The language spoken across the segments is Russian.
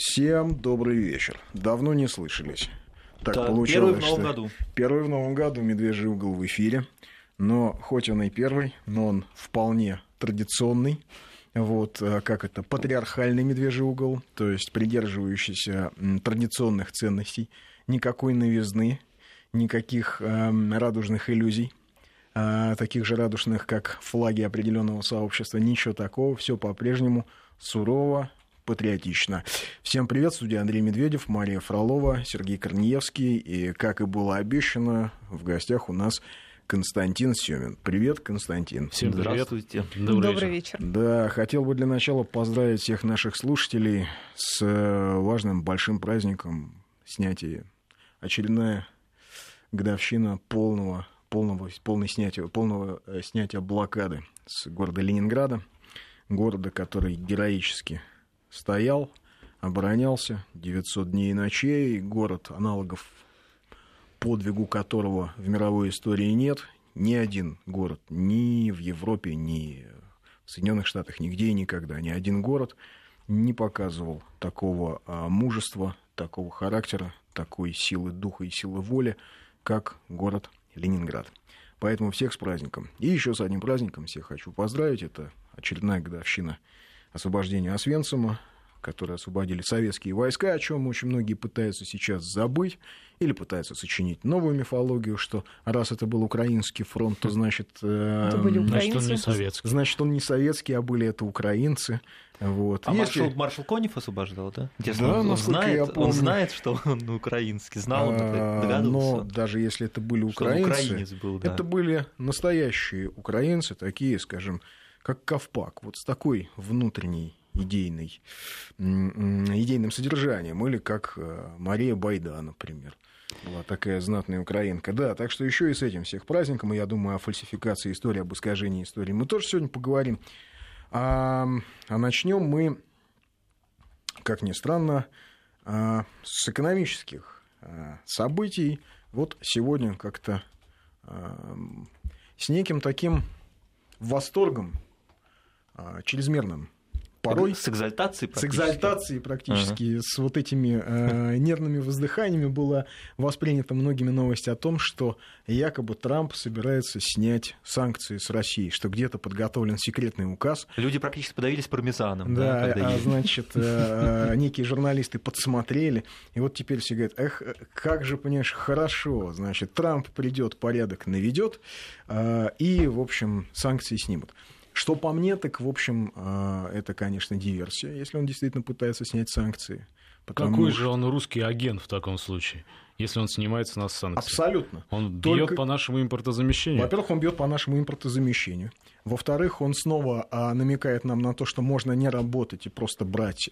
Всем добрый вечер. Давно не слышались. Так Да, получилось, первый в новом году. Первый в новом году «Медвежий угол» в эфире. Но хоть он и первый, но он вполне традиционный. Вот, как это, патриархальный медвежий угол, то есть придерживающийся традиционных ценностей. Никакой новизны, никаких радужных иллюзий, таких же радужных, как флаги определенного сообщества. Ничего такого, все по-прежнему сурово, патриотично. Всем привет, в студии Андрей Медведев, Мария Фролова, Сергей Корнеевский. И, как и было обещано, в гостях у нас Константин Семин. Привет, Константин. Всем привет. Здравствуйте. Добрый вечер. Да, хотел бы для начала поздравить всех наших слушателей с важным большим праздником снятия. Очередная годовщина полного снятия блокады с города Ленинграда. Города, который героически стоял, оборонялся 900 дней и ночей. Город, аналогов подвигу которого в мировой истории нет. Ни один город ни в Европе, ни в Соединенных Штатах, нигде и никогда. Ни один город не показывал такого мужества, такого характера, такой силы духа и силы воли, как город Ленинград. Поэтому всех с праздником. И еще с одним праздником всех хочу поздравить. Это очередная годовщина освобождения Освенцима, которые освободили советские войска, о чем очень многие пытаются сейчас забыть или пытаются сочинить новую мифологию, что раз это был украинский фронт, то значит, значит он не советский. Значит, он не советский, а были это украинцы. Вот. А маршал Конев освобождал, да? Да, он знает, что он украинский, знал, он догадывался. Но даже если это были украинцы, был, да. Это были настоящие украинцы, такие, скажем, как Ковпак, вот с такой внутренней идейным содержанием, или как Мария Байда, например. Была такая знатная украинка. Да, так что еще и с этим всех праздником, и я думаю, о фальсификации истории, об искажении истории мы тоже сегодня поговорим. А начнем мы, как ни странно, с экономических событий. Вот сегодня как-то с неким таким восторгом, чрезмерным. Порой с экзальтацией практически. С вот этими нервными воздыханиями была воспринята многими новость о том, что якобы Трамп собирается снять санкции с России, что где-то подготовлен секретный указ. Люди практически подавились пармезаном. Да, значит, некие журналисты подсмотрели, и вот теперь все говорят, как же, понимаешь, хорошо, значит, Трамп придет, порядок наведет, и, в общем, санкции снимут. Что по мне, так, в общем, это, конечно, диверсия, если он действительно пытается снять санкции. Какой же он русский агент в таком случае, если он снимает с нас санкции? Абсолютно. Он бьет по нашему импортозамещению? Во-первых, он бьет по нашему импортозамещению. Во-вторых, он снова намекает нам на то, что можно не работать и просто брать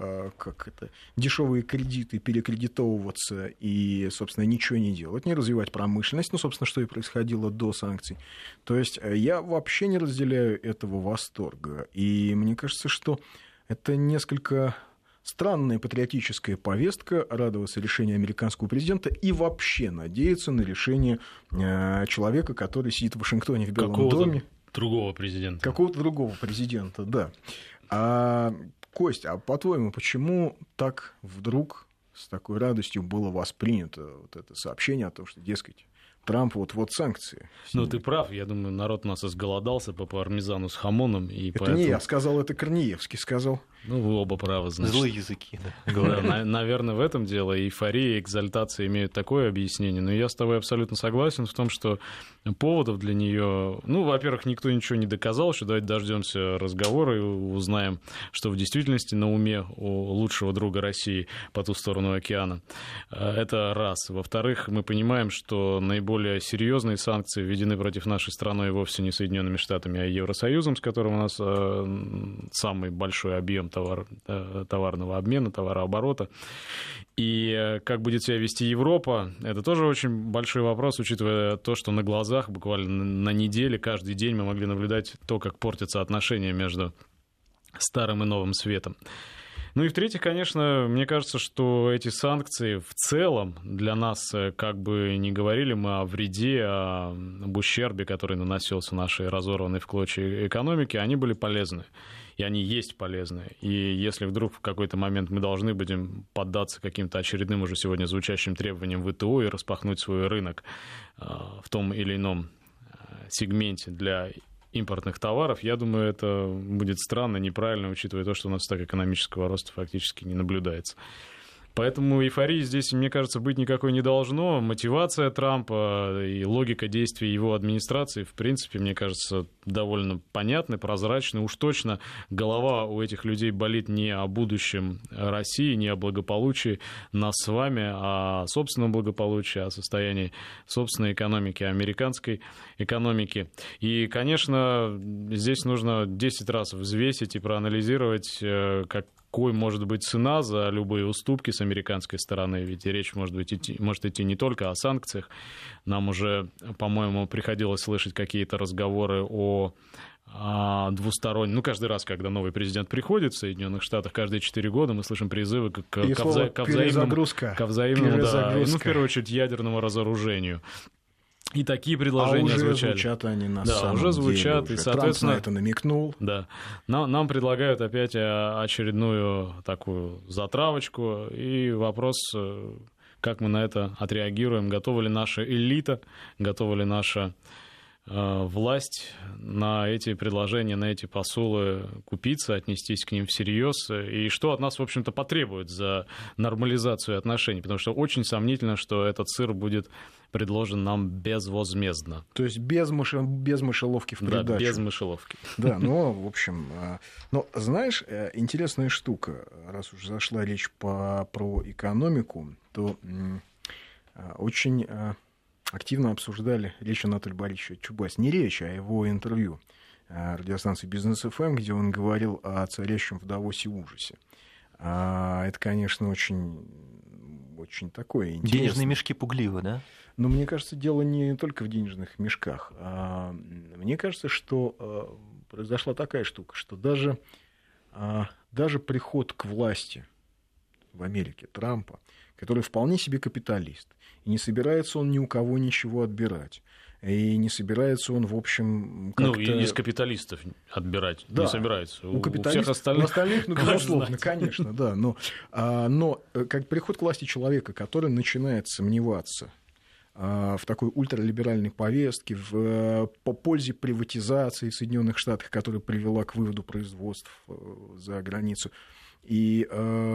дешевые кредиты, перекредитовываться и, собственно, ничего не делать, не развивать промышленность, собственно, что и происходило до санкций. То есть я вообще не разделяю этого восторга. И мне кажется, что это несколько странная патриотическая повестка радоваться решению американского президента и вообще надеяться на решение человека, который сидит в Вашингтоне в Белом доме. Какого-то другого президента, да. Кость, а по-твоему, почему так вдруг с такой радостью было воспринято вот это сообщение о том, что, дескать, Трамп вот санкции. Ну, ты прав. Я думаю, народ у нас изголодался по пармезану с хамоном. И это поэтому... не я сказал, это Корнеевский сказал. Ну, вы оба правы, значит. Злые языки, да. Да, наверное, в этом дело. Эйфория и экзальтация имеют такое объяснение. Но я с тобой абсолютно согласен в том, что поводов для нее... Ну, во-первых, никто ничего не доказал, что давайте дождемся разговора и узнаем, что в действительности на уме у лучшего друга России по ту сторону океана. Это раз. Во-вторых, мы понимаем, что наиболее серьезные санкции введены против нашей страны вовсе не Соединенными Штатами, а Евросоюзом, с которым у нас самый большой объем товарного обмена, товарооборота. И как будет себя вести Европа, это тоже очень большой вопрос, учитывая то, что на глазах буквально на неделе, каждый день мы могли наблюдать то, как портятся отношения между старым и новым светом. Ну и в-третьих, конечно, мне кажется, что эти санкции в целом для нас, как бы ни говорили мы о вреде, об ущербе, который наносился нашей разорванной в клочья экономике, они были полезны. и они есть полезны. И если вдруг в какой-то момент мы должны будем поддаться каким-то очередным уже сегодня звучащим требованиям ВТО и распахнуть свой рынок в том или ином сегменте для импортных товаров, я думаю, это будет странно, неправильно, учитывая то, что у нас так экономического роста фактически не наблюдается. Поэтому эйфории здесь, мне кажется, быть никакой не должно. Мотивация Трампа и логика действий его администрации, в принципе, мне кажется, довольно понятны, прозрачны. Уж точно голова у этих людей болит не о будущем России, не о благополучии нас с вами, а о собственном благополучии, о состоянии собственной экономики, американской экономики. И, конечно, здесь нужно 10 раз взвесить и проанализировать, какой может быть цена за любые уступки с американской стороны, ведь речь может идти не только о санкциях. Нам уже, по-моему, приходилось слышать какие-то разговоры о двустороннем. Каждый раз, когда новый президент приходит в Соединенных Штатах, каждые 4 года мы слышим призывы к взаимному, в первую очередь, ядерному разоружению. И такие предложения звучали. Звучат они на да, самом уже звучат, деле. И, соответственно, Трамп на это намекнул. Да. Нам предлагают опять очередную такую затравочку. И вопрос, как мы на это отреагируем. Готова ли наша элита, готова ли наша власть на эти предложения, на эти посулы купиться, отнестись к ним всерьез, и что от нас, в общем-то, потребует за нормализацию отношений, потому что очень сомнительно, что этот сыр будет предложен нам безвозмездно. То есть без мышеловки в придачу. Да, без мышеловки. Да, в общем... знаешь, интересная штука, раз уж зашла речь про экономику, то очень... активно обсуждали речь Анатолия Борисовича Чубайса. Не речь, а его интервью радиостанции «Бизнес ФМ», где он говорил о царящем в Давосе ужасе. Это, конечно, очень такое интересное. Денежные мешки пугливо, да? Но мне кажется, дело не только в денежных мешках. Мне кажется, что произошла такая штука, что даже приход к власти в Америке Трампа, который вполне себе капиталист, и не собирается он ни у кого ничего отбирать, и не собирается он, в общем, как-то... и из капиталистов отбирать не собирается. У всех остальных, безусловно, конечно, да. Но как приход к власти человека, который начинает сомневаться в такой ультралиберальной повестке, по пользе приватизации в Соединенных Штатах, которая привела к выводу производств за границу, и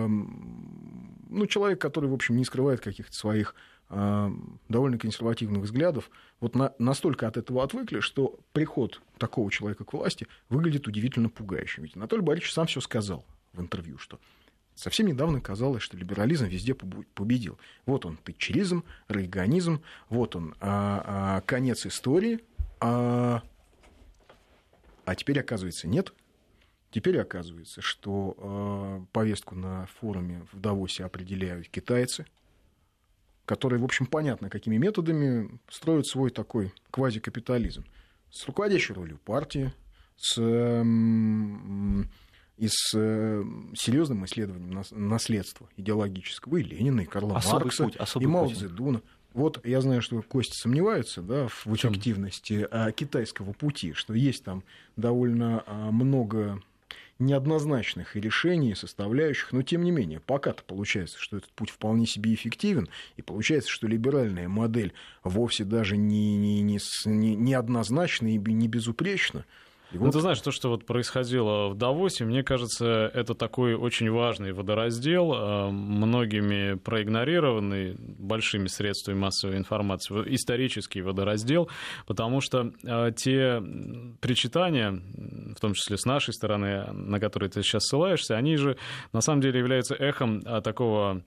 человек, который, в общем, не скрывает каких-то своих довольно консервативных взглядов, настолько от этого отвыкли, что приход такого человека к власти выглядит удивительно пугающим. Ведь Анатолий Борисович сам все сказал в интервью, что совсем недавно казалось, что либерализм везде победил. Вот он, тэтчеризм, рейганизм, вот он, конец истории, а теперь, оказывается, нет. Теперь оказывается, что повестку на форуме в Давосе определяют китайцы, которые, в общем, понятно, какими методами строят свой такой квазикапитализм. С руководящей ролью партии, с серьезным исследованием наследства идеологического и Ленина, и Карла Маркса, и Мао Цзэдуна. Вот я знаю, что Костя сомневается, да, в эффективности китайского пути, что есть там довольно много неоднозначных решений, составляющих, но тем не менее, пока-то получается, что этот путь вполне себе эффективен, и получается, что либеральная модель вовсе даже не однозначна и не безупречна. Ты знаешь, то, что происходило в Давосе, мне кажется, это такой очень важный водораздел, многими проигнорированный, большими средствами массовой информации, исторический водораздел, потому что те причитания, в том числе с нашей стороны, на которые ты сейчас ссылаешься, они же на самом деле являются эхом такого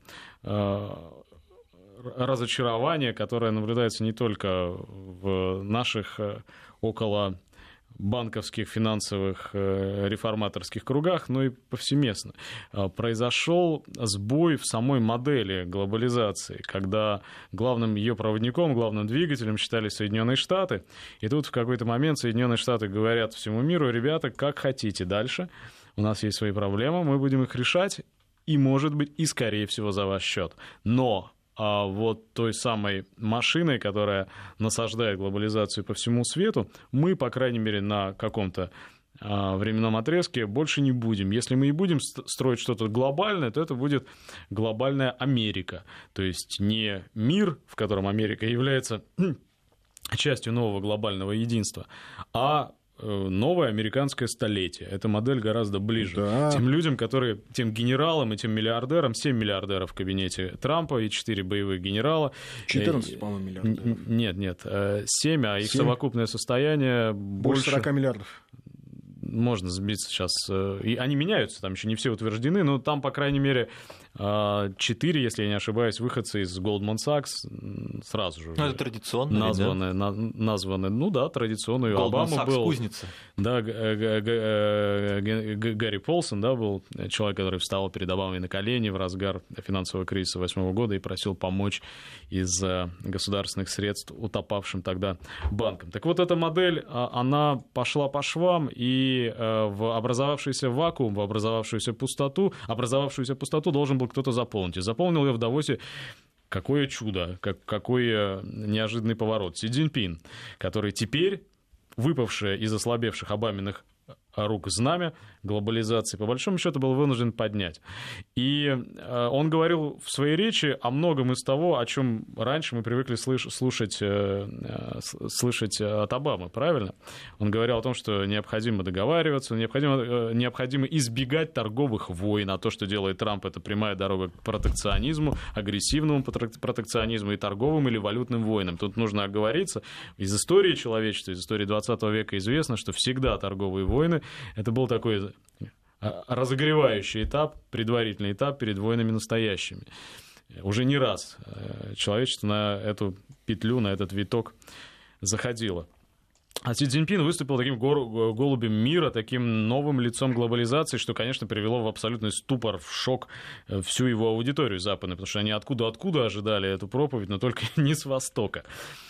разочарования, которое наблюдается не только в наших около банковских, финансовых, реформаторских кругах, но и повсеместно. Произошел сбой в самой модели глобализации, когда главным ее проводником, главным двигателем считали Соединенные Штаты. И тут в какой-то момент Соединенные Штаты говорят всему миру: ребята, как хотите дальше, у нас есть свои проблемы, мы будем их решать, и, может быть, и, скорее всего, за ваш счет. Но той самой машиной, которая насаждает глобализацию по всему свету, мы, по крайней мере, на каком-то временном отрезке больше не будем. Если мы и будем строить что-то глобальное, то это будет глобальная Америка. То есть не мир, в котором Америка является частью нового глобального единства, а новое американское столетие. Эта модель гораздо ближе тем людям, тем генералам и тем миллиардерам, 7 миллиардеров в кабинете Трампа и 4 боевых генерала. 14, по-моему, миллиардеров. Нет, 7, а их совокупное состояние больше 40 миллиардов. Можно сбиться сейчас. И они меняются, там еще не все утверждены, но там, по крайней мере, 4, если я не ошибаюсь, выходцы из Goldman Sachs сразу же. Ну, это традиционно. Названы. Ну да, традиционно. У Обамы был. Кузница. Да, Гарри Полсон, да, был человек, который встал перед Обамой на колени в разгар финансового кризиса 2008 года и просил помочь из государственных средств утопавшим тогда банкам. Так вот, эта модель, она пошла по швам, и в образовавшийся вакуум, в образовавшуюся пустоту должен был кто-то заполнить. И заполнил ее в Давосе. Какое чудо, какой неожиданный поворот. Си Цзиньпин, который теперь, выпавшее из ослабевших Обаминых рук знамя глобализации, по большому счету был вынужден поднять. И он говорил в своей речи о многом из того, о чем раньше мы привыкли слышать от Обамы, правильно? Он говорил о том, что необходимо договариваться, необходимо избегать торговых войн, а то, что делает Трамп, это прямая дорога к протекционизму, агрессивному протекционизму и торговым или валютным войнам. Тут нужно оговориться. Из истории человечества, из истории 20 века известно, что всегда торговые войны — это был такой разогревающий этап, предварительный этап перед войнами настоящими. Уже не раз человечество на эту петлю, на этот виток заходило. А Си Цзиньпин выступил таким голубем мира, таким новым лицом глобализации, что, конечно, привело в абсолютный ступор, в шок всю его аудиторию западную, потому что они откуда ожидали эту проповедь, но только не с Востока.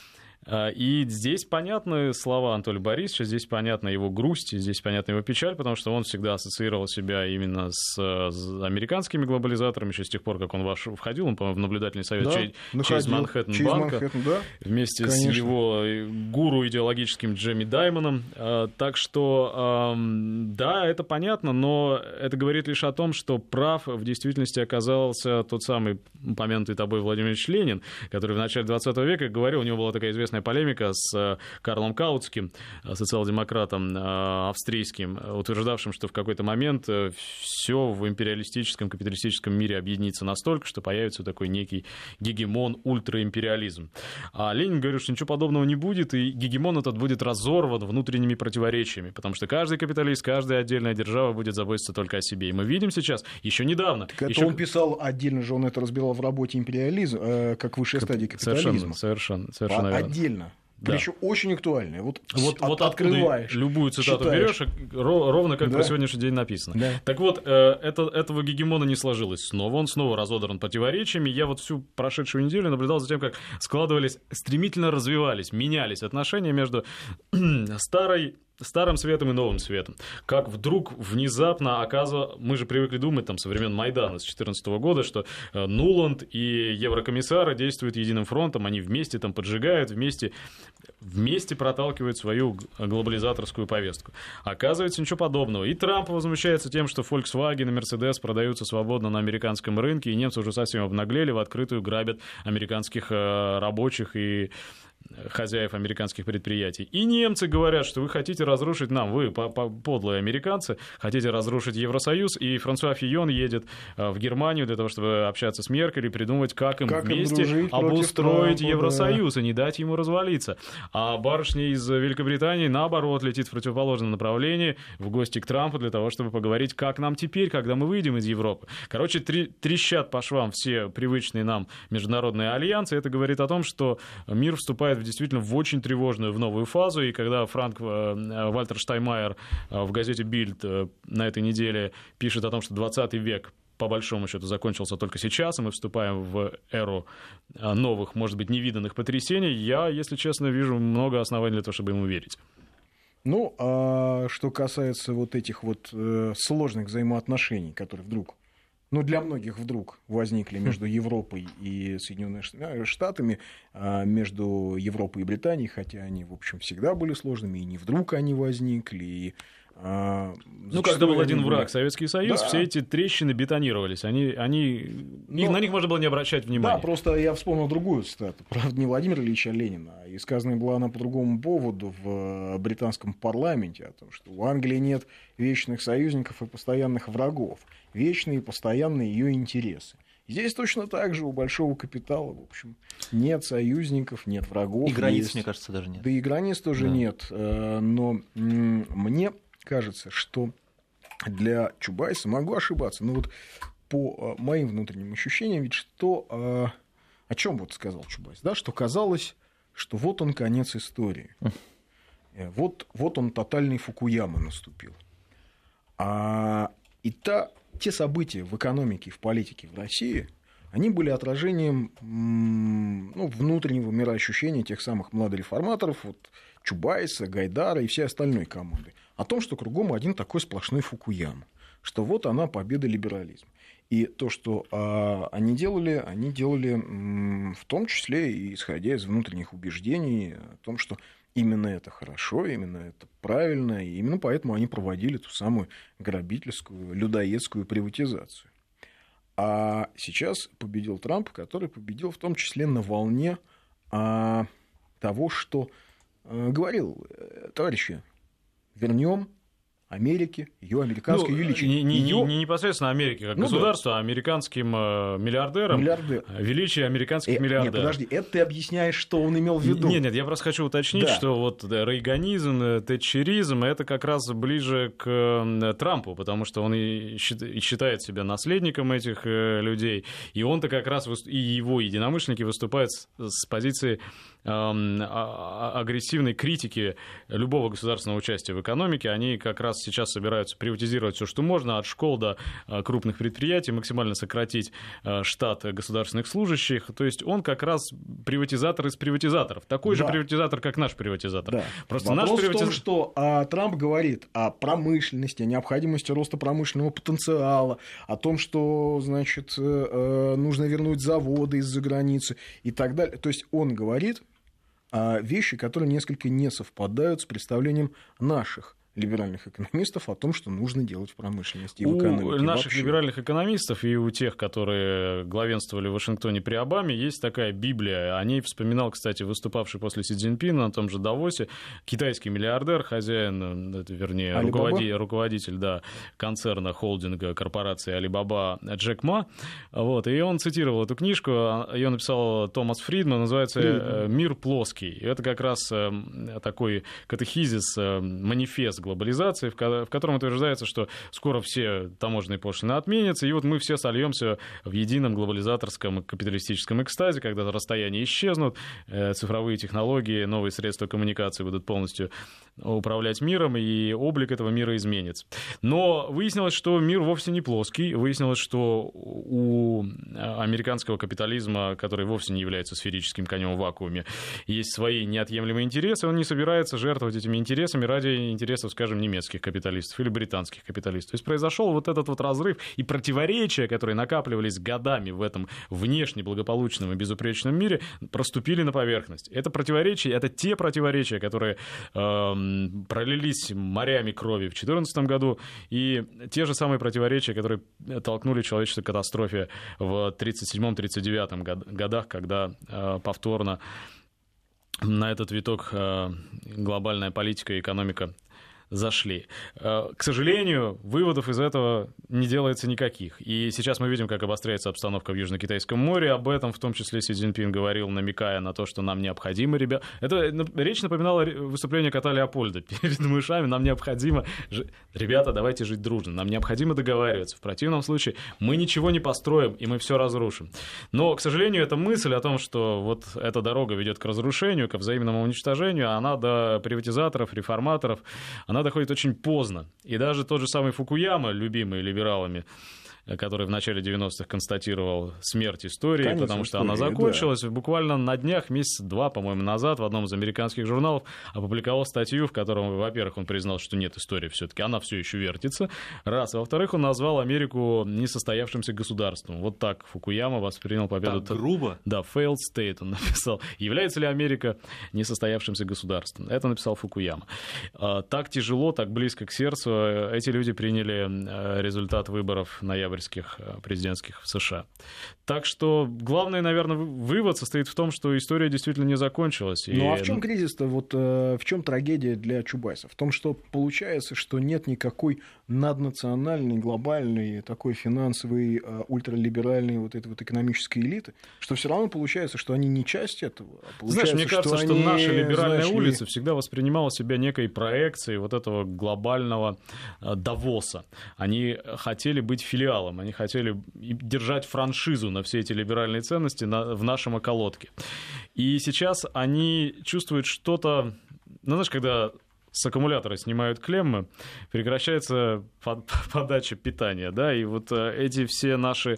И здесь понятны слова Анатолия Борисовича, здесь понятна его грусть, здесь понятна его печаль, потому что он всегда ассоциировал себя именно с американскими глобализаторами, еще с тех пор, как он входил, он, по-моему, в наблюдательный совет Chase Manhattan банка, вместе с его гуру идеологическим Джемми Даймоном. Так что, да, это понятно, но это говорит лишь о том, что прав в действительности оказался тот самый упомянутый тобой Владимир Ильич Ленин, который в начале 20 века говорил, у него была такая известная полемика с Карлом Каутским, социал-демократом австрийским, утверждавшим, что в какой-то момент все в империалистическом, капиталистическом мире объединится настолько, что появится такой некий гегемон, ультраимпериализм. А Ленин говорил, что ничего подобного не будет, и гегемон этот будет разорван внутренними противоречиями, потому что каждый капиталист, каждая отдельная держава будет заботиться только о себе. И мы видим сейчас, еще недавно... Это он писал отдельно же, он это разбирал в работе «Империализм», как высшая стадия капитализма. Совершенно верно. Отдельно. Да. Причем очень актуальная. Вот открываешь, любую цитату берешь, ровно как про сегодняшний день написано. Да. Так вот, этого гегемона не сложилось снова. Он снова разодран противоречиями. Я вот всю прошедшую неделю наблюдал за тем, как складывались, стремительно развивались, менялись отношения между старым светом и новым светом. Как вдруг внезапно оказывается, мы же привыкли думать там со времен Майдана с 2014 года, что Нуланд и еврокомиссары действуют единым фронтом, они вместе там поджигают, вместе проталкивают свою глобализаторскую повестку. Оказывается, ничего подобного. И Трамп возмущается тем, что Volkswagen и Mercedes продаются свободно на американском рынке, и немцы уже совсем обнаглели, в открытую грабят американских рабочих и хозяев американских предприятий. И немцы говорят, что вы хотите разрушить нам, вы, подлые американцы, хотите разрушить Евросоюз, и Франсуа Фийон едет в Германию для того, чтобы общаться с Меркель и придумать, как им вместе обустроить Евросоюз, и не дать ему развалиться. А барышня из Великобритании, наоборот, летит в противоположном направлении в гости к Трампу для того, чтобы поговорить, как нам теперь, когда мы выйдем из Европы. Короче, трещат по швам все привычные нам международные альянсы. Это говорит о том, что мир вступает действительно в очень тревожную, в новую фазу, и когда Вальтер Штайнмайер в газете «Бильд» на этой неделе пишет о том, что 20 век по большому счету закончился только сейчас, и мы вступаем в эру новых, может быть, невиданных потрясений, я, если честно, вижу много оснований для того, чтобы ему верить. Ну, а что касается вот этих вот сложных взаимоотношений, которые вдруг, для многих вдруг возникли между Европой и Соединенными Штатами, между Европой и Британией, хотя они, в общем, всегда были сложными, и не вдруг они возникли, и когда был один враг, Советский Союз, Да. все эти трещины бетонировались. На них можно было не обращать внимания. Да, просто я вспомнил другую цитату. Правда, не Владимира Ильича Ленина, и сказанная была она по другому поводу в британском парламенте, о том, что у Англии нет вечных союзников и постоянных врагов. Вечные и постоянные ее интересы. Здесь точно так же у большого капитала, в общем, нет союзников, нет врагов. И границ, есть... мне кажется, даже нет. Да и границ тоже нет. Но мне кажется, что для Чубайса, могу ошибаться, но вот по моим внутренним ощущениям, ведь что... О чем вот сказал Чубайс? Да, что казалось, что вот он конец истории. Вот он тотальный Фукуяма наступил. Те события в экономике и в политике в России, они были отражением внутреннего мироощущения тех самых младореформаторов, вот, Чубайса, Гайдара и всей остальной команды. О том, что кругом один такой сплошной Фукуяма. Что вот она победа либерализма. И то, что они делали в том числе и исходя из внутренних убеждений о том, что именно это хорошо, именно это правильно, и именно поэтому они проводили ту самую грабительскую, людоедскую приватизацию. А сейчас победил Трамп, который победил в том числе на волне того, что говорил: товарищи, вернем Америке, ее американское величие. Не непосредственно Америке как государству, а американским миллиардерам. Величие американских миллиардеров. Нет, подожди, это ты объясняешь, что он имел в виду. Нет, я просто хочу уточнить, что вот рейганизм, тэтчеризм, это как раз ближе к Трампу, потому что он и считает себя наследником этих людей, и он-то как раз, и его единомышленники выступают с позиции агрессивной критики любого государственного участия в экономике. Они как раз сейчас собираются приватизировать все, что можно, от школ до крупных предприятий, максимально сократить штат государственных служащих. То есть он как раз приватизатор из приватизаторов. Такой же приватизатор, как наш приватизатор. Да. Просто вопрос в том, что Трамп говорит о промышленности, о необходимости роста промышленного потенциала, о том, что, значит, нужно вернуть заводы из-за границы и так далее. То есть он говорит вещи, которые несколько не совпадают с представлением наших либеральных экономистов о том, что нужно делать в промышленности и в экономике. У наших либеральных экономистов и у тех, которые главенствовали в Вашингтоне при Обаме, есть такая Библия. О ней вспоминал, кстати, выступавший после Си Цзиньпина на том же Давосе китайский миллиардер, хозяин, вернее, руководитель концерна, холдинга, корпорации Alibaba Джек Ма. Вот, и он цитировал эту книжку, ее написал Томас Фридман, называется «Мир плоский». И это как раз такой катехизис, манифест глобализации, в котором утверждается, что скоро все таможенные пошлины отменятся, и вот мы все сольемся в едином глобализаторском капиталистическом экстазе, когда расстояния исчезнут, цифровые технологии, новые средства коммуникации будут полностью управлять миром, и облик этого мира изменится. Но выяснилось, что мир вовсе не плоский, выяснилось, что у американского капитализма, который вовсе не является сферическим конем в вакууме, есть свои неотъемлемые интересы, он не собирается жертвовать этими интересами ради интересов, скажем, немецких капиталистов или британских капиталистов. То есть произошел вот этот вот разрыв, и противоречия, которые накапливались годами в этом внешне благополучном и безупречном мире, проступили на поверхность. Это противоречия, это те противоречия, которые пролились морями крови в 2014 году, и те же самые противоречия, которые толкнули человечество к катастрофе в 1937-1939 годах, когда повторно на этот виток глобальная политика и экономика зашли. К сожалению, выводов из этого не делается никаких. И сейчас мы видим, как обостряется обстановка в Южно-Китайском море. Об этом в том числе Си Цзиньпин говорил, намекая на то, что нам необходимо, ребята. Речь напоминала выступление кота Леопольда перед мышами. Нам необходимо... Ребята, давайте жить дружно. Нам необходимо договариваться. В противном случае мы ничего не построим, и мы все разрушим. Но, к сожалению, эта мысль о том, что вот эта дорога ведет к разрушению, к взаимному уничтожению, она до приватизаторов, реформаторов, она доходит очень поздно. И даже тот же самый Фукуяма, любимый либералами, который в начале 90-х констатировал смерть истории, Конец потому что истории, она закончилась. Буквально на днях, месяца два, по-моему, назад в одном из американских журналов опубликовал статью, в котором, во-первых, он признал, что нет, истории все-таки, она все еще вертится. Раз. А во-вторых, он назвал Америку несостоявшимся государством. Вот так Фукуяма воспринял победу. Так грубо? Да, failed state он написал. Является ли Америка несостоявшимся государством? Это написал Фукуяма. Так тяжело, так близко к сердцу эти люди приняли результат выборов ноябрьских президентских в США. Так что главный, наверное, вывод состоит в том, что история действительно не закончилась. Ну а в чем кризис-то, вот в чем трагедия для Чубайса? В том, что получается, что нет никакой наднациональной, глобальной, такой финансовой, ультралиберальной вот этой вот экономической элиты, что все равно получается, что они не часть этого. Знаешь, мне кажется, что наша либеральная значит, улица всегда воспринимала себя некой проекцией вот этого глобального Давоса. Они хотели быть филиалом, они хотели держать франшизу на все эти либеральные ценности в нашем околотке. И сейчас они чувствуют что-то... Ну, знаешь, когда с аккумулятора снимают клеммы, прекращается подача питания, да, и вот эти все наши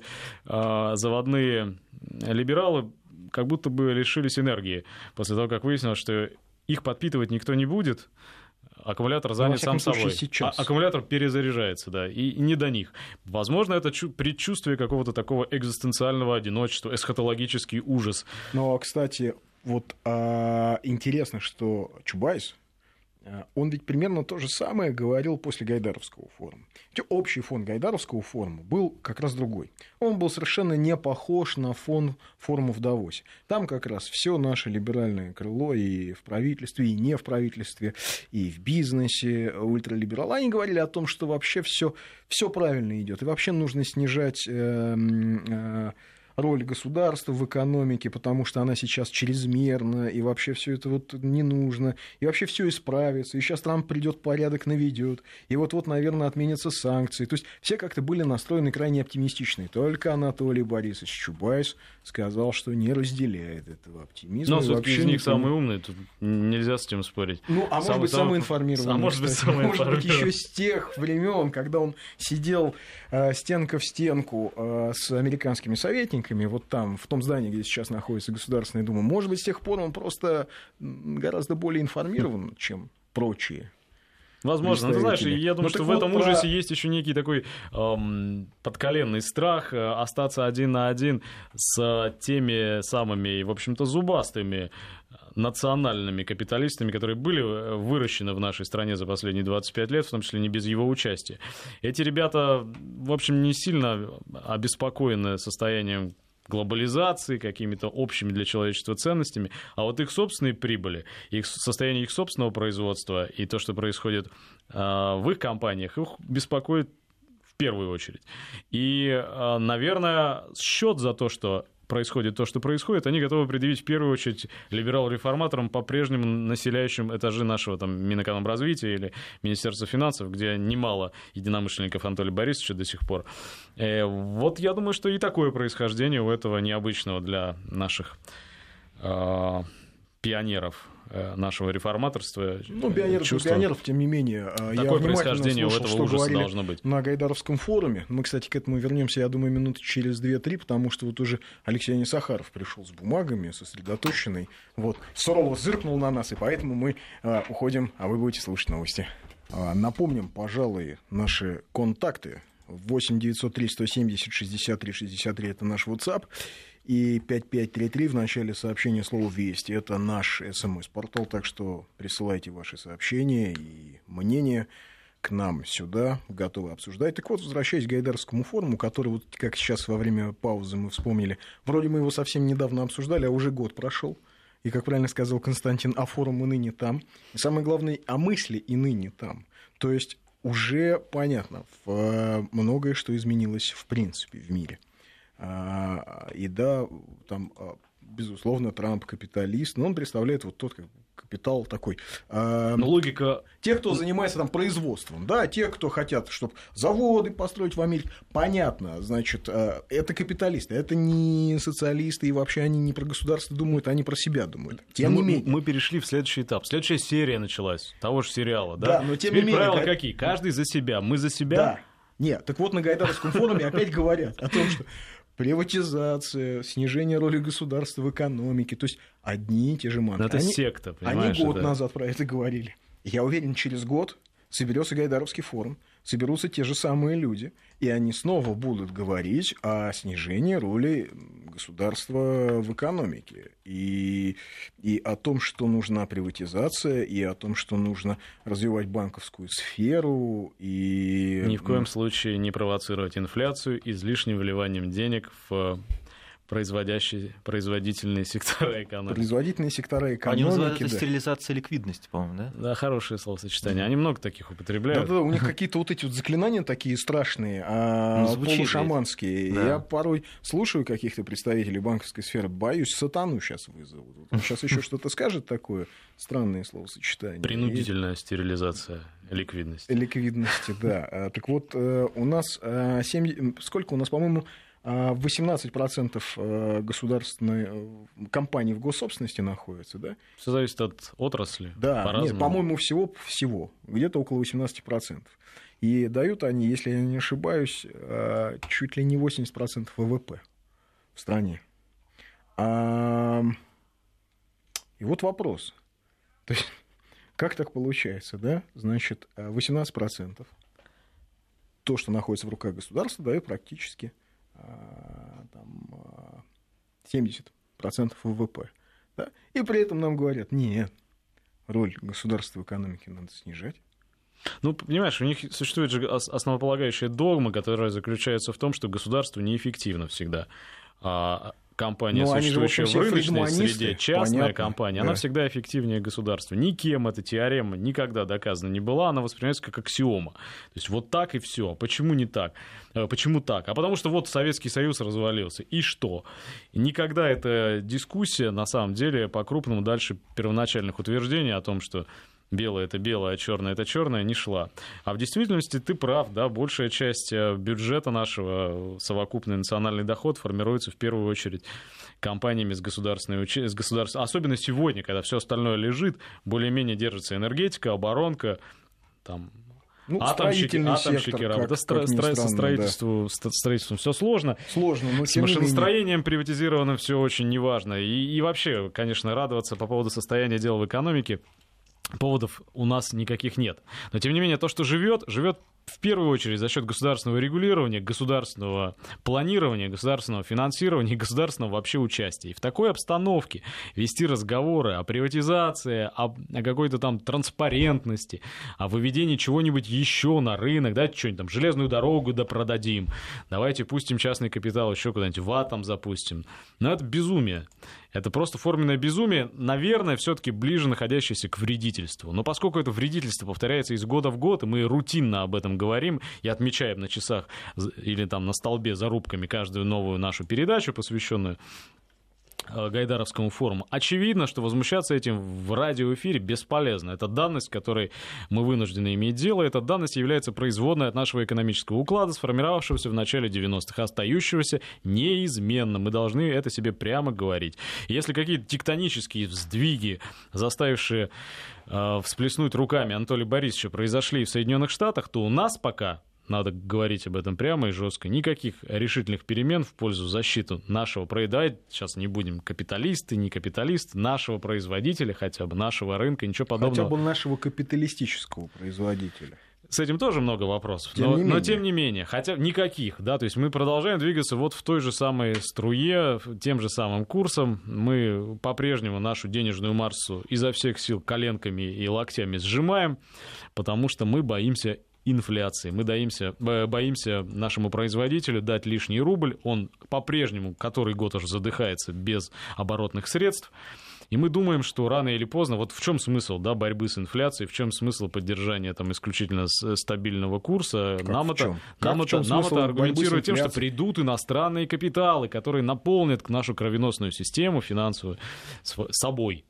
заводные либералы как будто бы лишились энергии после того, как выяснилось, что их подпитывать никто не будет, аккумулятор занят сам собой. Аккумулятор перезаряжается, да, и не до них. Возможно, это предчувствие какого-то такого экзистенциального одиночества, эсхатологический ужас. Но, кстати, вот интересно, что Чубайс, он ведь примерно то же самое говорил после Гайдаровского форума. Общий фон Гайдаровского форума был как раз другой. Он был совершенно не похож на фон форума в Давосе. Там как раз все наше либеральное крыло и в правительстве, и не в правительстве, и в бизнесе ультралибералы. Они говорили о том, что вообще все правильно идет, и вообще нужно снижать роль государства в экономике, потому что она сейчас чрезмерна, и вообще все это вот не нужно, и вообще все исправится, и сейчас Трамп придет, порядок наведет, и вот, наверное, отменятся санкции. То есть все как-то были настроены крайне оптимистично. Только Анатолий Борисович Чубайс сказал, что не разделяет этого оптимизма. Но все-таки из них самый умный, тут нельзя с этим спорить. Ну, а может быть, самый информированный. А может быть, самый информированный. Может быть, еще с тех времен, когда он сидел стенка в стенку с американскими советниками, вот там, в том здании, где сейчас находится Государственная Дума. Может быть, с тех пор он просто гораздо более информирован, чем прочие. Возможно. Ну, ты знаешь, я думаю, что в этом ужасе есть еще некий такой подколенный страх остаться один на один с теми самыми, в общем-то, зубастыми национальными капиталистами, которые были выращены в нашей стране за последние 25 лет, в том числе не без его участия. Эти ребята, в общем, не сильно обеспокоены состоянием глобализации, какими-то общими для человечества ценностями, а вот их собственные прибыли, состояние их собственного производства и то, что происходит в их компаниях, их беспокоит в первую очередь. И, наверное, счет за то, что происходит то, что происходит, они готовы предъявить в первую очередь либерал-реформаторам, по-прежнему населяющим этажи нашего там, Минэкономразвития или Министерства финансов, где немало единомышленников Анатолия Борисовича до сих пор. Вот я думаю, что и такое происхождение у этого необычного для наших пионеров нашего реформаторства. Ну, пионеров, тем не менее. Такое происхождение слушал, у этого ужаса должно быть. На Гайдаровском форуме. Мы, кстати, к этому вернемся, я думаю, минут через 2-3, потому что вот уже Алексей Несахаров пришел с бумагами, сосредоточенный. Вот, сурово зыркнул на нас, и поэтому мы уходим, а вы будете слушать новости. Напомним, пожалуй, наши контакты. 8 903 170 63 63 это наш WhatsApp. И 5533 в начале сообщения слово «Вести». Это наш СМС-портал, так что присылайте ваши сообщения и мнения к нам сюда, готовы обсуждать. Так вот, возвращаясь к Гайдаровскому форуму, который, вот как сейчас во время паузы мы вспомнили, вроде мы его совсем недавно обсуждали, а уже год прошел. И, как правильно сказал Константин, а форум и ныне там. И самое главное, а мысли и ныне там. То есть уже понятно, многое что изменилось в принципе в мире. И да, там, безусловно, Трамп капиталист, но он представляет вот тот капитал такой. Но логика... Те, кто занимается там производством, да, те, кто хотят, чтобы заводы построить в Америке, понятно, значит, это капиталисты, это не социалисты, и вообще они не про государство думают, они про себя думают. Тем не менее. Мы перешли в следующий этап. Следующая серия началась того же сериала, да? Да, но тем не менее. Правила какие? Каждый за себя, мы за себя. Да. Нет, так вот на Гайдаровском форуме опять говорят о том, что приватизация, снижение роли государства в экономике, то есть одни и те же мантры. Это секта, понимаешь? Они год назад про это говорили. Я уверен, через год соберется Гайдаровский форум, соберутся те же самые люди, и они снова будут говорить о снижении роли государства в экономике, и о том, что нужна приватизация, и о том, что нужно развивать банковскую сферу. И... Ни в коем случае не провоцировать инфляцию излишним вливанием денег в производительные сектора экономики. Производительные сектора экономики. Они называют это стерилизацией ликвидности, по-моему, да? Да, хорошее словосочетание. Они много таких употребляют. Да, у них какие-то вот эти вот заклинания такие страшные, полушаманские. Да. Я порой слушаю каких-то представителей банковской сферы, боюсь, сатану сейчас вызовут. Он сейчас еще что-то скажет такое странное словосочетание. Принудительная стерилизация ликвидности. Ликвидности, да. Так вот, у нас сколько у нас, по-моему, 18% государственной компаний в госсобственности находится, да? Все зависит от отрасли. Да, нет, по-моему, всего где-то около 18%. И дают они, если я не ошибаюсь, чуть ли не 80% ВВП в стране. И вот вопрос. То есть, как так получается, да? Значит, 18% то, что находится в руках государства, дает практически 70% ВВП. Да? И при этом нам говорят, нет, роль государства в экономике надо снижать. Ну, понимаешь, у них существует же основополагающая догма, которая заключается в том, что государство неэффективно всегда. Компания, существующая в рыночной среде, частная компания, да. Она всегда эффективнее государства. Никем эта теорема никогда доказана не была, она воспринимается как аксиома. То есть вот так и все. Почему не так? Почему так? А потому что вот Советский Союз развалился. И что? И никогда эта дискуссия, на самом деле, по-крупному дальше первоначальных утверждений о том, что белое — это белое, а черное — это черное, не шла. А в действительности ты прав, да, большая часть бюджета нашего, совокупный национальный доход, формируется в первую очередь компаниями с государственной, особенно сегодня, когда все остальное лежит, более-менее держится энергетика, оборонка, там, атомщики работают. Строительством все сложно. Но с машиностроением приватизированным все очень неважно. И вообще, конечно, радоваться по поводу состояния дел в экономике поводов у нас никаких нет. Но, тем не менее, то, что живет в первую очередь за счет государственного регулирования, государственного планирования, государственного финансирования и государственного вообще участия. И в такой обстановке вести разговоры о приватизации, о какой-то там транспарентности, о выведении чего-нибудь еще на рынок, да, что-нибудь там, железную дорогу да продадим, давайте пустим частный капитал еще куда-нибудь, в атом запустим. Но это безумие. Это просто форменное безумие, наверное, все-таки ближе находящееся к вредительству. Но поскольку это вредительство повторяется из года в год, и мы рутинно об этом говорим и отмечаем на часах или там на столбе зарубками каждую новую нашу передачу, посвященную Гайдаровскому форуму, очевидно, что возмущаться этим в радиоэфире бесполезно. Это данность, с которой мы вынуждены иметь дело. Эта данность является производной от нашего экономического уклада, сформировавшегося в начале 90-х, остающегося неизменно. Мы должны это себе прямо говорить. Если какие-то тектонические сдвиги, заставившие всплеснуть руками Анатолия Борисовича, произошли в Соединенных Штатах, то у нас пока, надо говорить об этом прямо и жестко, никаких решительных перемен в пользу защиты нашего производителя, сейчас не будем капиталисты, не капиталисты, нашего производителя, хотя бы нашего рынка, ничего подобного. Хотя бы нашего капиталистического производителя. С этим тоже много вопросов, но тем не менее, хотя никаких, да, то есть мы продолжаем двигаться вот в той же самой струе, тем же самым курсом, мы по-прежнему нашу денежную массу изо всех сил коленками и локтями сжимаем, потому что мы боимся инфляции. Мы боимся нашему производителю дать лишний рубль. Он по-прежнему который год уже задыхается без оборотных средств. И мы думаем, что рано или поздно, вот в чем смысл, да, борьбы с инфляцией, в чем смысл поддержания там исключительно стабильного курса? Нам это аргументирует тем, что придут иностранные капиталы, которые наполнят нашу кровеносную систему финансовую собой.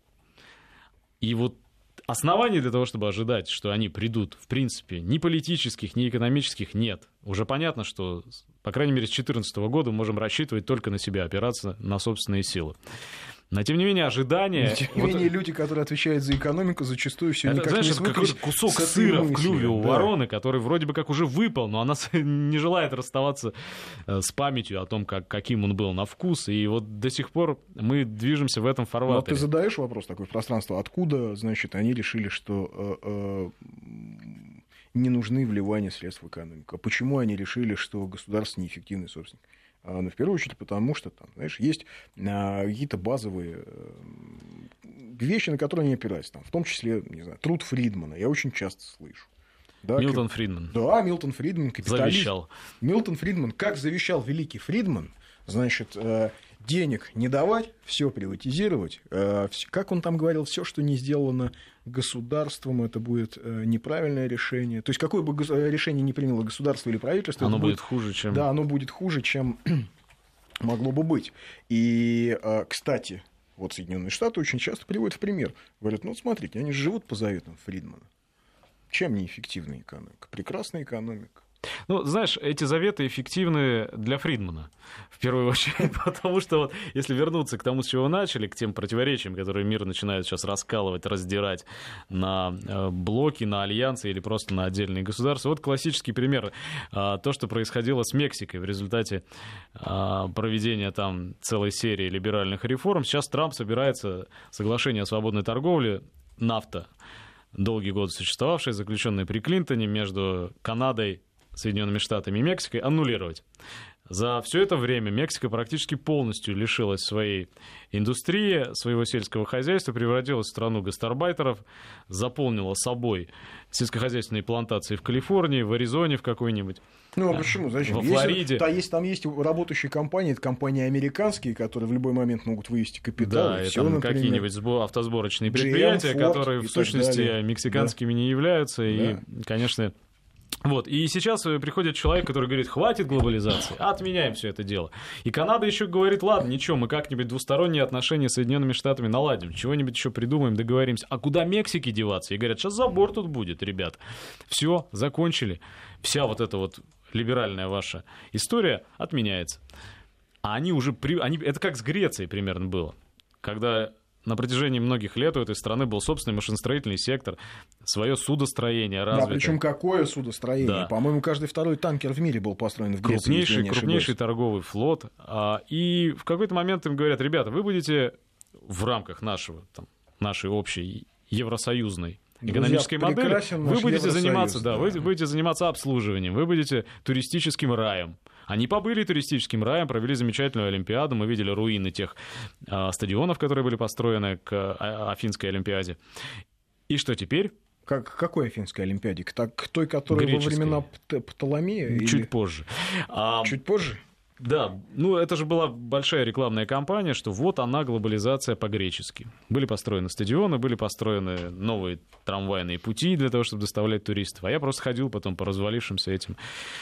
И вот оснований для того, чтобы ожидать, что они придут, в принципе, ни политических, ни экономических нет. Уже понятно, что, по крайней мере, с 2014 года мы можем рассчитывать только на себя, опираться на собственные силы. Но, тем не менее, ожидания... Но, тем не менее, люди, которые отвечают за экономику, зачастую все никак знаешь, не это какой-то кусок сыра в клюве у вороны, который вроде бы как уже выпал, но она не желает расставаться с памятью о том, каким он был на вкус. И вот до сих пор мы движемся в этом фарватере. Но ты задаешь вопрос такой в пространство, откуда, значит, они решили, что не нужны вливания средств в экономику? А почему они решили, что государство неэффективный собственник? Но в первую очередь потому, что там, знаешь, есть какие-то базовые вещи, на которые они опираются. Там, в том числе, не знаю, труд Фридмана. Я очень часто слышу. Да, Милтон Фридман. Да, Милтон Фридман, капиталист. Завещал. Милтон Фридман, как завещал великий Фридман, значит, денег не давать, все приватизировать. Как он там говорил, все, что не сделано государством, это будет неправильное решение. То есть, какое бы решение ни приняло государство или правительство, оно будет хуже, чем... Да, оно будет хуже, чем могло бы быть. И, кстати, вот Соединенные Штаты очень часто приводят в пример. Говорят, ну, смотрите, они же живут по заветам Фридмана. Чем неэффективная экономика? Прекрасная экономика. Ну, знаешь, эти заветы эффективны для Фридмана, в первую очередь, потому что вот, если вернуться к тому, с чего начали, к тем противоречиям, которые мир начинает сейчас раскалывать, раздирать на блоки, на альянсы или просто на отдельные государства. Вот классический пример. То, что происходило с Мексикой в результате проведения там целой серии либеральных реформ. Сейчас Трамп собирается соглашение о свободной торговле, нафта, долгие годы существовавшее, заключенное при Клинтоне между Канадой, Соединенными Штатами и Мексикой, аннулировать. За все это время Мексика практически полностью лишилась своей индустрии, своего сельского хозяйства, превратилась в страну гастарбайтеров, заполнила собой сельскохозяйственные плантации в Калифорнии, в Аризоне в какой-нибудь. Ну, а почему? Зачем? Во Флориде. Если там есть работающие компании, это компании американские, которые в любой момент могут вывести капитал. Да, и там какие-нибудь автосборочные предприятия, GM, Ford, которые в сущности мексиканскими не являются. Да. И, конечно... Вот, и сейчас приходит человек, который говорит, хватит глобализации, отменяем все это дело. И Канада еще говорит, ладно, ничего, мы как-нибудь двусторонние отношения с Соединенными Штатами наладим, чего-нибудь еще придумаем, договоримся. А куда Мексике деваться? И говорят, сейчас забор тут будет, ребят. Все, закончили. Вся вот эта вот либеральная ваша история отменяется. А они уже... Это как с Грецией примерно было, когда... На протяжении многих лет у этой страны был собственный машиностроительный сектор, свое судостроение развито. Да, причем какое судостроение? Да. По-моему, каждый второй танкер в мире был построен в Греции. Крупнейший торговый флот. И в какой-то момент им говорят, ребята, вы будете в рамках нашей общей евросоюзной экономической модели, вы будете заниматься, вы будете заниматься обслуживанием, вы будете туристическим раем. Они побыли туристическим раем, провели замечательную Олимпиаду, мы видели руины тех стадионов, которые были построены к Афинской Олимпиаде. И что теперь? К какой Афинской Олимпиаде? К той, которая во времена Птоломея? Чуть позже. Чуть позже? Да, ну это же была большая рекламная кампания, что вот она, глобализация по-гречески. Были построены стадионы, были построены новые трамвайные пути для того, чтобы доставлять туристов. А я просто ходил потом по развалившимся этим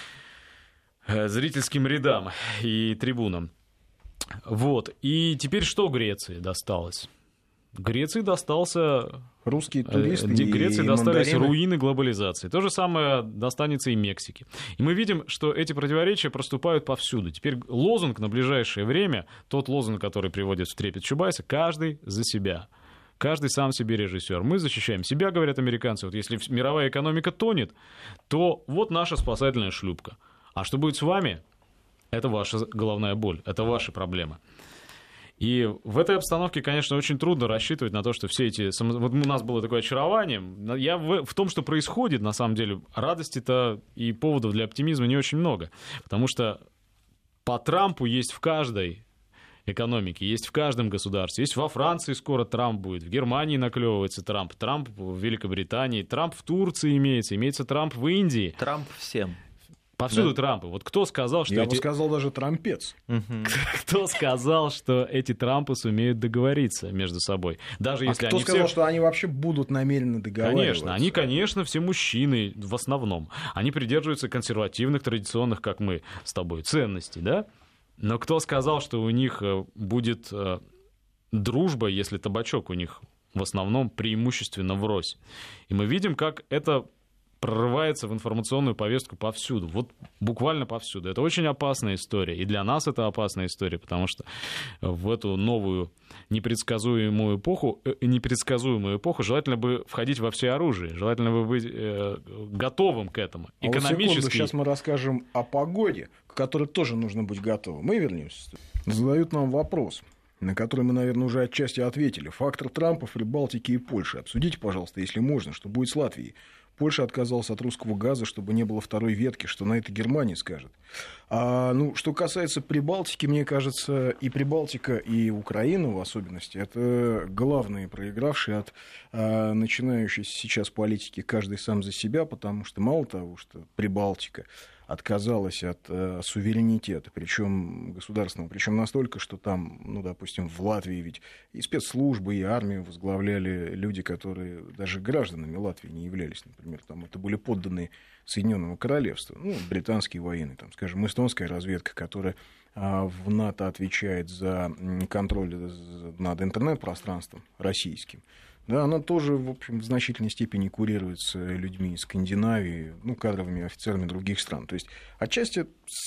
зрительским рядам и трибунам. Вот. И теперь что Греции досталось? Греции достался... Русские туристы Греции и достались мандарины. руины глобализации. То же самое достанется и Мексике. И мы видим, что эти противоречия проступают повсюду. Теперь лозунг на ближайшее время, тот лозунг, который приводит в трепет Чубайса, каждый за себя. Каждый сам себе режиссер. Мы защищаем себя, говорят американцы. Вот если мировая экономика тонет, то вот наша спасательная шлюпка. А что будет с вами? Это ваша головная боль, это ваши проблемы. И в этой обстановке, конечно, очень трудно рассчитывать на то, что все эти... Вот у нас было такое очарование. В том, что происходит, на самом деле, радости-то и поводов для оптимизма не очень много. Потому что по Трампу есть в каждой экономике, есть в каждом государстве. Есть во Франции скоро Трамп будет, в Германии наклевывается Трамп, Трамп в Великобритании, Трамп в Турции имеется Трамп в Индии. Трамп всем. Повсюду да. Трампы. Вот кто сказал, что Я бы сказал даже трампец. Кто сказал, что эти Трампы сумеют договориться между собой? Даже если кто они сказал, что они вообще будут намеренно договариваться? Конечно, они, конечно, все мужчины в основном. Они придерживаются консервативных, традиционных, как мы с тобой, ценностей, да? Но кто сказал, что у них будет дружба, если табачок у них в основном преимущественно врозь? И мы видим, как это прорывается в информационную повестку повсюду. Вот буквально повсюду. Это очень опасная история. И для нас это опасная история, потому что в эту новую непредсказуемую эпоху желательно бы входить во всеоружие. Желательно бы быть готовым к этому. Экономически... Сейчас мы расскажем о погоде, к которой тоже нужно быть готовым. Мы вернемся. Задают нам вопрос, на который мы, наверное, уже отчасти ответили. Фактор Трампа в Прибалтике и Польше. Обсудите, пожалуйста, если можно, что будет с Латвией. Польша отказалась от русского газа, чтобы не было второй ветки. Что на это Германия скажет? Что касается Прибалтики, мне кажется, и Прибалтика, и Украина в особенности, это главные проигравшие от начинающейся сейчас политики «каждый сам за себя», потому что мало того, что Прибалтика отказалась от суверенитета, причем государственного, причем настолько, что там, допустим, в Латвии ведь и спецслужбы, и армию возглавляли люди, которые даже гражданами Латвии не являлись, например, там это были подданные Соединенного Королевства, британские военные, там, скажем, эстонская разведка, которая в НАТО отвечает за контроль над интернет-пространством российским. Да, она тоже, в общем, в значительной степени курируется людьми из Скандинавии, кадровыми офицерами других стран. То есть, отчасти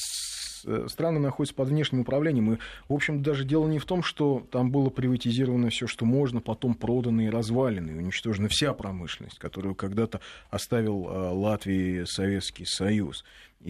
страны находятся под внешним управлением. И, в общем, даже дело не в том, что там было приватизировано все, что можно, потом продано и развалено, и уничтожена вся промышленность, которую когда-то оставил Латвии Советский Союз.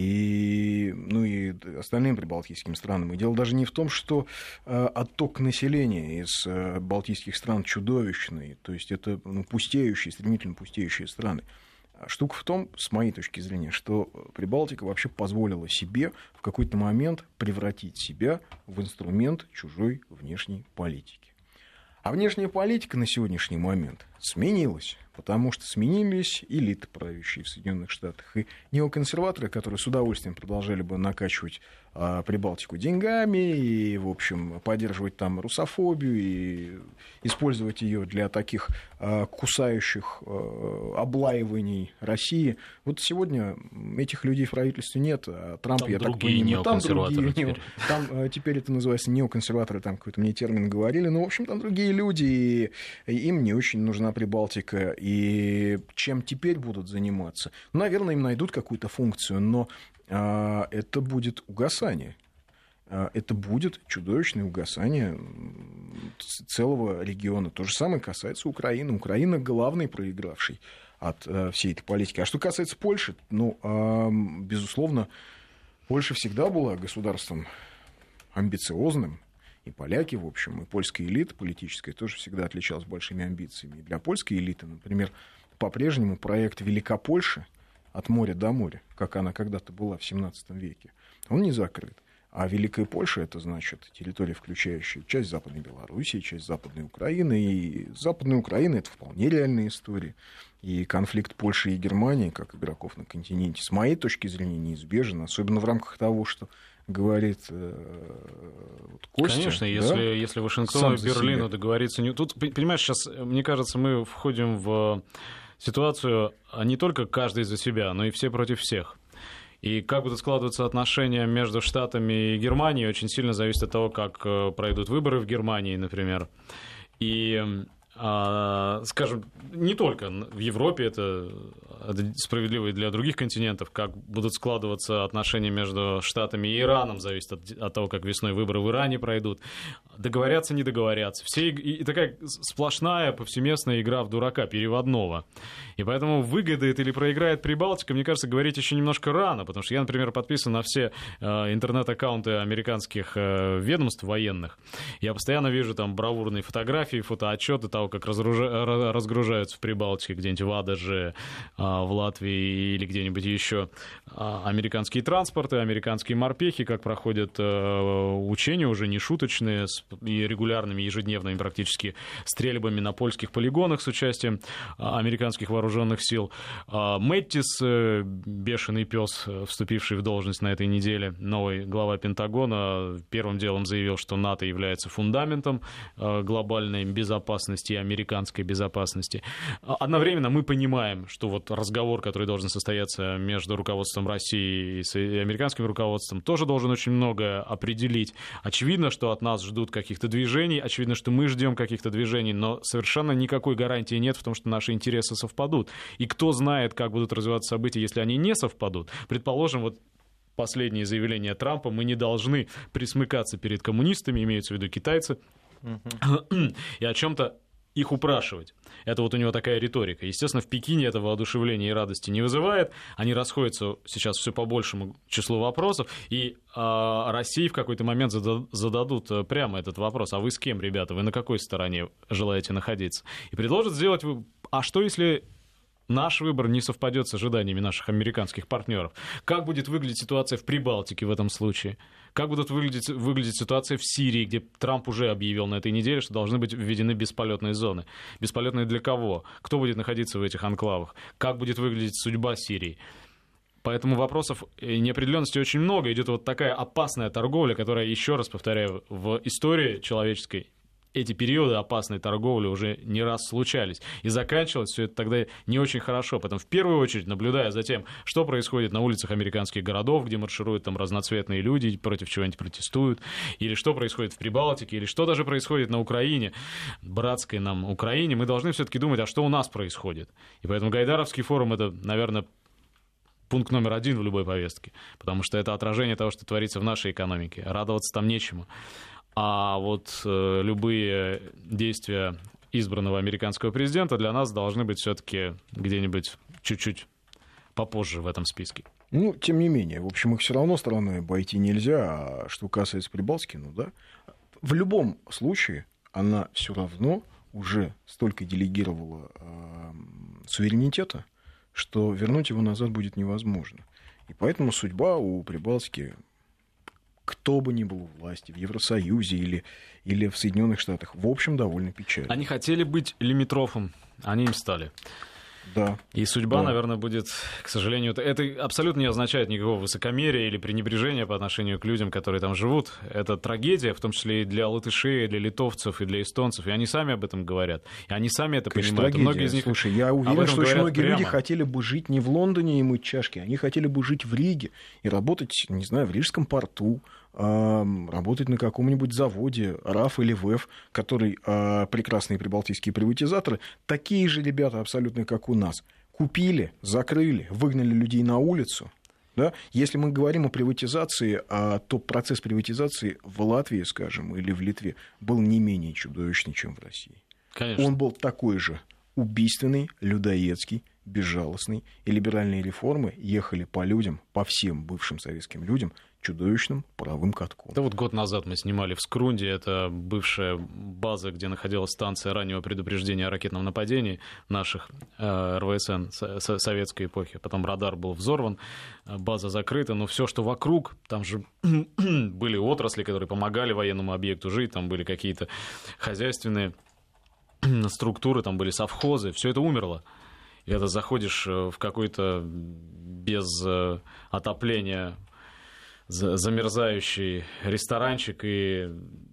И остальным прибалтийским странам. И дело даже не в том, что отток населения из балтийских стран чудовищный, то есть это пустеющие, стремительно пустеющие страны. Штука в том, с моей точки зрения, что Прибалтика вообще позволила себе в какой-то момент превратить себя в инструмент чужой внешней политики. А внешняя политика на сегодняшний момент сменилась, потому что сменились элиты, правящие в Соединенных Штатах, и неоконсерваторы, которые с удовольствием продолжали бы накачивать Прибалтику деньгами и, в общем, поддерживать там русофобию и использовать ее для таких кусающих облаиваний России. Вот сегодня этих людей в правительстве нет, а Трамп, там я так понимаю, там другие. Там теперь это называется неоконсерваторы, там какой-то мне термин говорили, но, в общем, там другие люди, и им не очень нужна Прибалтика, и чем теперь будут заниматься? Наверное, им найдут какую-то функцию, но это будет угасание. Это будет чудовищное угасание целого региона. То же самое касается Украины. Украина главный проигравший от всей этой политики. А что касается Польши, безусловно, Польша всегда была государством амбициозным. И поляки, в общем, и польская элита политическая тоже всегда отличалась большими амбициями. И для польской элиты, например, по-прежнему проект Великопольши от моря до моря, как она когда-то была в XVII веке, он не закрыт. А Великая Польша — это, значит, территория, включающая часть Западной Белоруссии, часть Западной Украины. И Западная Украина — это вполне реальная история. И конфликт Польши и Германии, как игроков на континенте, с моей точки зрения, неизбежен, особенно в рамках того, что говорит Костя. Конечно, если Вашингтон и Берлину договориться... Тут, понимаешь, сейчас, мне кажется, мы входим в ситуацию не только каждый за себя, но и все против всех. И как будут складываться отношения между Штатами и Германией, очень сильно зависит от того, как пройдут выборы в Германии, например. И, скажем, не только в Европе, это справедливо и для других континентов, как будут складываться отношения между Штатами и Ираном, зависит от того, как весной выборы в Иране пройдут. Договорятся, не договорятся. И такая сплошная повсеместная игра в дурака, переводного. И поэтому выгодает или проиграет Прибалтика, мне кажется, говорить еще немножко рано, потому что я, например, подписан на все интернет-аккаунты американских ведомств военных. Я постоянно вижу там бравурные фотографии, фотоотчеты того, как разгружаются в Прибалтике, где-нибудь в Адаже, в Латвии или где-нибудь еще американские транспорты, американские морпехи, как проходят учения уже не шуточные, с регулярными ежедневными практически стрельбами на польских полигонах с участием американских вооруженных сил. Мэттис, бешеный пес, вступивший в должность на этой неделе, новый глава Пентагона, первым делом заявил, что НАТО является фундаментом глобальной безопасности. и американской безопасности. Одновременно мы понимаем, что вот разговор, который должен состояться между руководством России и американским руководством, тоже должен очень много определить. Очевидно, что от нас ждут каких-то движений, очевидно, что мы ждем каких-то движений, но совершенно никакой гарантии нет в том, что наши интересы совпадут. И кто знает, как будут развиваться события, если они не совпадут. Предположим, вот последние заявления Трампа: мы не должны присмыкаться перед коммунистами, имеются в виду китайцы, и о чем-то их упрашивать. Это вот у него такая риторика. Естественно, в Пекине это воодушевление и радости не вызывает. Они расходятся сейчас все по большему числу вопросов, и России в какой-то момент зададут прямо этот вопрос: а вы с кем, ребята? Вы на какой стороне желаете находиться? И предложат сделать: а что если наш выбор не совпадет с ожиданиями наших американских партнеров? Как будет выглядеть ситуация в Прибалтике в этом случае? Как будут выглядеть ситуация в Сирии, где Трамп уже объявил на этой неделе, что должны быть введены бесполетные зоны? Бесполетные для кого? Кто будет находиться в этих анклавах? Как будет выглядеть судьба Сирии? Поэтому вопросов и неопределенности очень много. Идет вот такая опасная торговля, которая, еще раз повторяю, в истории человеческой эти периоды опасной торговли уже не раз случались. И заканчивалось все это тогда не очень хорошо. Поэтому в первую очередь, наблюдая за тем, что происходит на улицах американских городов, где маршируют там разноцветные люди, против чего-нибудь протестуют, или что происходит в Прибалтике, или что даже происходит на Украине, братской нам Украине, мы должны все-таки думать, а что у нас происходит. И поэтому Гайдаровский форум — это, наверное, пункт номер 1 в любой повестке, потому что это отражение того, что творится в нашей экономике. Радоваться там нечему. А вот любые действия избранного американского президента для нас должны быть все-таки где-нибудь чуть-чуть попозже в этом списке. Ну, тем не менее, в общем, их все равно стороной обойти нельзя. А что касается Прибалтики, ну да, в любом случае она все равно уже столько делегировала суверенитета, что вернуть его назад будет невозможно. И поэтому судьба у Прибалтики, кто бы ни был у власти, в Евросоюзе или в Соединенных Штатах, в общем, довольно печальна. Они хотели быть лимитрофом, они им стали. Да. И судьба, наверное, будет, к сожалению, это абсолютно не означает никакого высокомерия или пренебрежения по отношению к людям, которые там живут. Это трагедия, в том числе и для латышей, и для литовцев, и для эстонцев. И они сами об этом говорят. И они сами это понимают. Многие из них... Слушай, я уверен, что очень многие люди хотели бы жить не в Лондоне и мыть чашки, они хотели бы жить в Риге и работать, не знаю, в Рижском порту, работать на каком-нибудь заводе РАФ или ВЭФ, который прекрасные прибалтийские приватизаторы, такие же ребята абсолютно, как у нас, купили, закрыли, выгнали людей на улицу. Да? Если мы говорим о приватизации, то процесс приватизации в Латвии, скажем, или в Литве был не менее чудовищный, чем в России. Конечно. Он был такой же убийственный, людоедский, безжалостный, и либеральные реформы ехали по людям, по всем бывшим советским людям, чудовищным правым катком. Да вот год назад мы снимали в Скрунде, это бывшая база, где находилась станция раннего предупреждения о ракетном нападении наших РВСН советской эпохи. Потом радар был взорван, база закрыта, но все, что вокруг, там же были отрасли, которые помогали военному объекту жить, там были какие-то хозяйственные структуры, там были совхозы, все это умерло. И это заходишь в какой-то без отопления замерзающий ресторанчик, и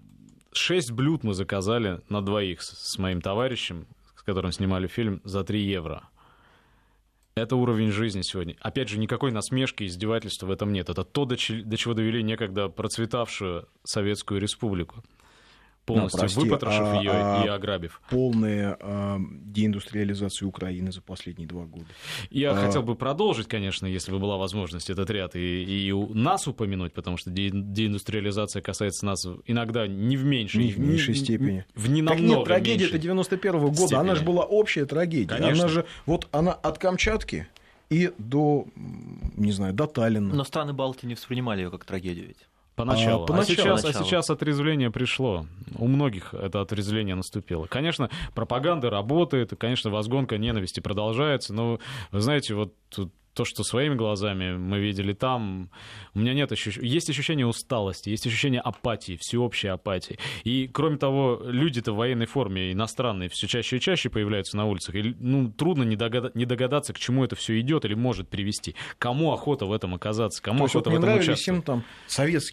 6 блюд мы заказали на двоих с моим товарищем, с которым снимали фильм, за 3 евро. Это уровень жизни сегодня. Опять же, никакой насмешки, издевательства в этом нет. Это то, до чего довели некогда процветавшую Советскую Республику, полностью выпотрошив ее и ограбив. Полная деиндустриализация Украины за последние 2 года. Я хотел бы продолжить, конечно, если бы была возможность, этот ряд и нас упомянуть, потому что деиндустриализация касается нас иногда не в меньшей степени. В не намного меньшей. Трагедия-то 91-го года, степени. Она же была общая трагедия. Конечно. Она от Камчатки и до, не знаю, до Таллина. Но страны Балтии не воспринимали ее как трагедию ведь. Поначалу. А сейчас отрезвление пришло. У многих это отрезвление наступило. Конечно, пропаганда работает, конечно, возгонка ненависти продолжается, но, вы знаете, вот то, что своими глазами мы видели там, у меня нет ощущения. Есть ощущение усталости, есть ощущение апатии, всеобщей апатии. И, кроме того, люди-то в военной форме, иностранные, все чаще и чаще появляются на улицах. И, трудно не догадаться, к чему это все идет или может привести. Кому охота в этом оказаться, кому охота в этом участвовать. Им там советские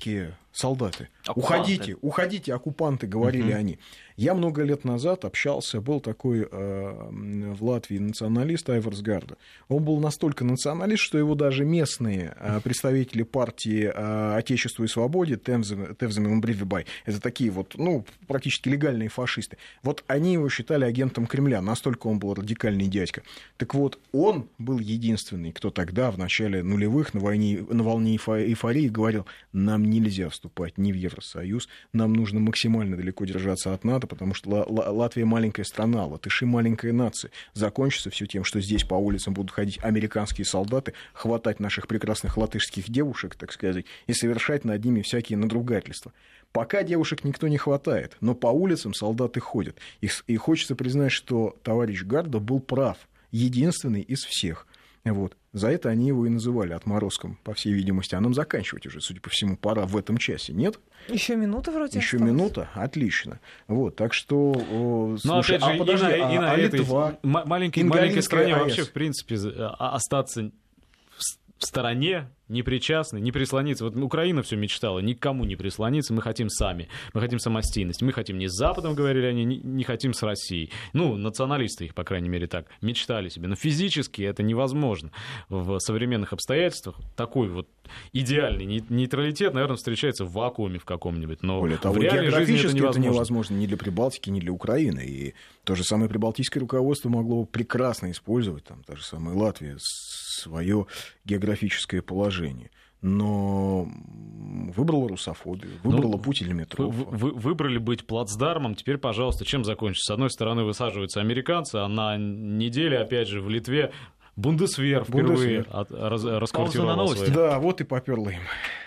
солдаты. Оккупанты. Уходите, оккупанты, говорили они. Я много лет назад общался, был такой в Латвии националист Айварс Гарда. Он был настолько националист, что его даже местные представители партии Отечеству и свободе, Тевзем и Бридвибай, это такие вот, ну, практически легальные фашисты, вот они его считали агентом Кремля, настолько он был радикальный дядька. Так вот, он был единственный, кто тогда, в начале нулевых, на волне эйфории говорил, нам нельзя вступать ни в Евросоюз, нам нужно максимально далеко держаться от НАТО, потому что Латвия маленькая страна, латыши маленькая нация. Закончится все тем, что здесь по улицам будут ходить американские солдаты, хватать наших прекрасных латышских девушек, так сказать, и совершать над ними всякие надругательства. Пока девушек никто не хватает, но по улицам солдаты ходят. И хочется признать, что товарищ Гарда был прав, единственный из всех. Вот. За это они его и называли отморозком, по всей видимости. А нам заканчивать уже, судя по всему, пора в этом часе, нет? Еще минута вроде Еще осталась. Минута? Отлично. Вот, так что... Слушай, опять же, подожди, и на этой Литва, маленькой стране АЭС. вообще, в принципе, остаться в стороне, не причастны, не прислониться. Вот Украина все мечтала, никому не прислониться, мы хотим сами, мы хотим самостоятельности, мы хотим не с Западом, говорили они, не хотим с Россией. Ну, националисты их, по крайней мере, так мечтали себе. Но физически это невозможно. В современных обстоятельствах такой вот идеальный нейтралитет, наверное, встречается в вакууме в каком-нибудь. Но более того, в реальной жизни географически это невозможно. ни для Прибалтики, ни для Украины. И то же самое прибалтийское руководство могло бы прекрасно использовать, там, та же самая Латвия, свое географическое положение. Но выбрала русофобию, выбрала путь лимитров. Выбрали быть плацдармом. Теперь, пожалуйста, чем закончится? С одной стороны, высаживаются американцы, а на неделе, опять же, в Литве Бундесвер впервые расквартировал новости. свои. Да, вот и попёрло им.